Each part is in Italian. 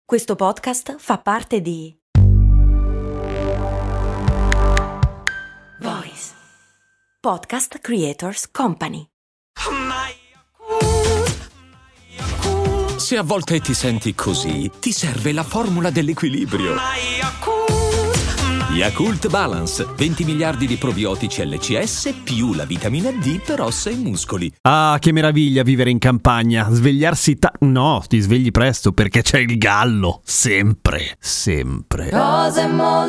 Questo podcast fa parte di Voice Podcast Creators Company. Se a volte ti senti così, ti serve la formula dell'equilibrio. Yakult Balance, 20 miliardi di probiotici LCS più la vitamina D per ossa e muscoli. Ah, che meraviglia vivere in campagna. Svegliarsi No, ti svegli presto perché c'è il gallo. Sempre. Cose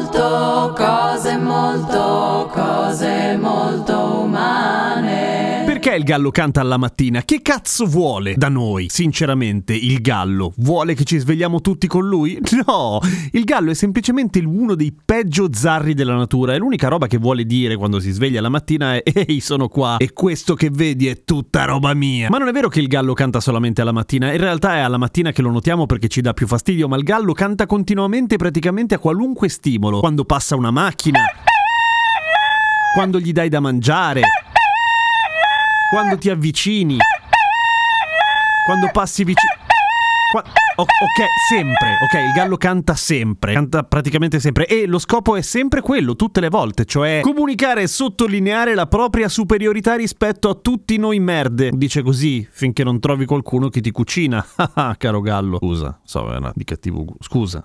molto umane. Perché il gallo canta alla mattina? Che cazzo vuole da noi? Sinceramente, il gallo vuole che ci svegliamo tutti con lui? No, il gallo è semplicemente uno dei peggio zarri della natura. E l'unica roba che vuole dire quando si sveglia la mattina è: ehi, sono qua e questo che vedi è tutta roba mia. Ma non è vero che il gallo canta solamente alla mattina. In realtà è alla mattina che lo notiamo perché ci dà più fastidio, ma il gallo canta continuamente, praticamente a qualunque stimolo. Quando passa una macchina, quando gli dai da mangiare, quando ti avvicini, quando passi vicino. Ok, sempre. Ok, il gallo canta sempre. Canta praticamente sempre. E lo scopo è sempre quello, tutte le volte. Cioè comunicare e sottolineare la propria superiorità rispetto a tutti noi merde. Dice così finché non trovi qualcuno che ti cucina. Ah, caro gallo. Scusa, era di cattivo gusto.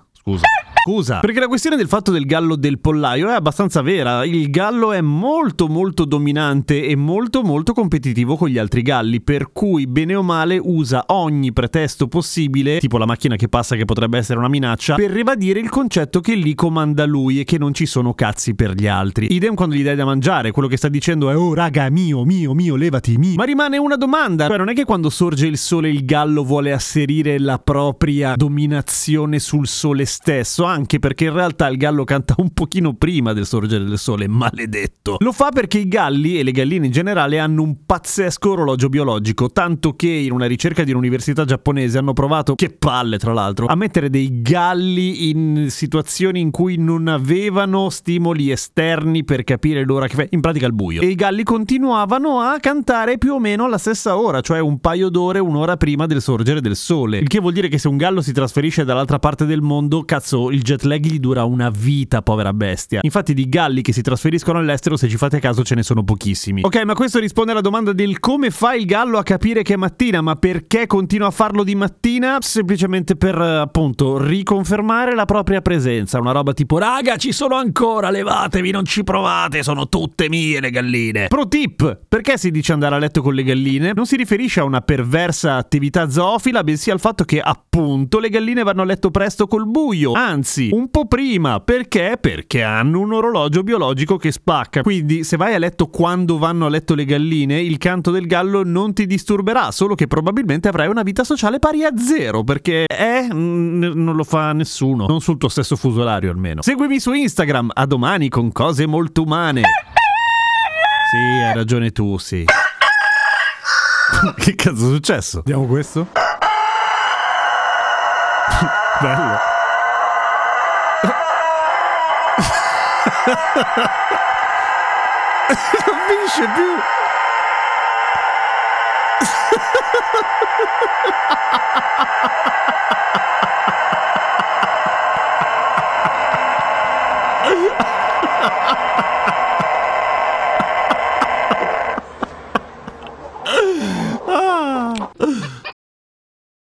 Scusa, perché la questione del fatto del gallo del pollaio è abbastanza vera. Il gallo è molto dominante e molto competitivo con gli altri galli, per cui bene o male usa ogni pretesto possibile, tipo la macchina che passa che potrebbe essere una minaccia, per ribadire il concetto che lì comanda lui e che non ci sono cazzi per gli altri. Idem quando gli dai da mangiare, quello che sta dicendo è: oh raga, mio, levati, mio. Ma rimane una domanda, cioè non è che quando sorge il sole il gallo vuole asserire la propria dominazione sul sole stesso, anche perché in realtà il gallo canta un pochino prima del sorgere del sole, maledetto. Lo fa perché i galli e le galline in generale hanno un pazzesco orologio biologico, tanto che in una ricerca di un'università giapponese hanno provato, che palle tra l'altro, a mettere dei galli in situazioni in cui non avevano stimoli esterni per capire l'ora che fa, in pratica il buio, e i galli continuavano a cantare più o meno alla stessa ora, cioè un paio d'ore, un'ora prima del sorgere del sole, il che vuol dire che se un gallo si trasferisce dall'altra parte del mondo, cazzo, il jet lag gli dura una vita, povera bestia. Infatti di galli che si trasferiscono all'estero, se ci fate caso, ce ne sono pochissimi. Ok, ma questo risponde alla domanda del come fa il gallo a capire che è mattina, ma perché continua a farlo di mattina? Semplicemente per, appunto, riconfermare la propria presenza. Una roba tipo: raga, ci sono ancora, levatevi, non ci provate, sono tutte mie le galline. Pro tip: perché si dice andare a letto con le galline? Non si riferisce a una perversa attività zoofila, bensì al fatto che, appunto, le galline vanno a letto presto col buio, anzi un po' prima. Perché? Perché hanno un orologio biologico che spacca. Quindi se vai a letto quando vanno a letto le galline, il canto del gallo non ti disturberà, solo che probabilmente avrai una vita sociale pari a zero, perché non lo fa nessuno, non sul tuo stesso fuso orario almeno. Seguimi su Instagram, a domani con cose molto umane. Sì, hai ragione tu, sì. Che cazzo è successo? Vediamo questo. Bello. Non finisce più.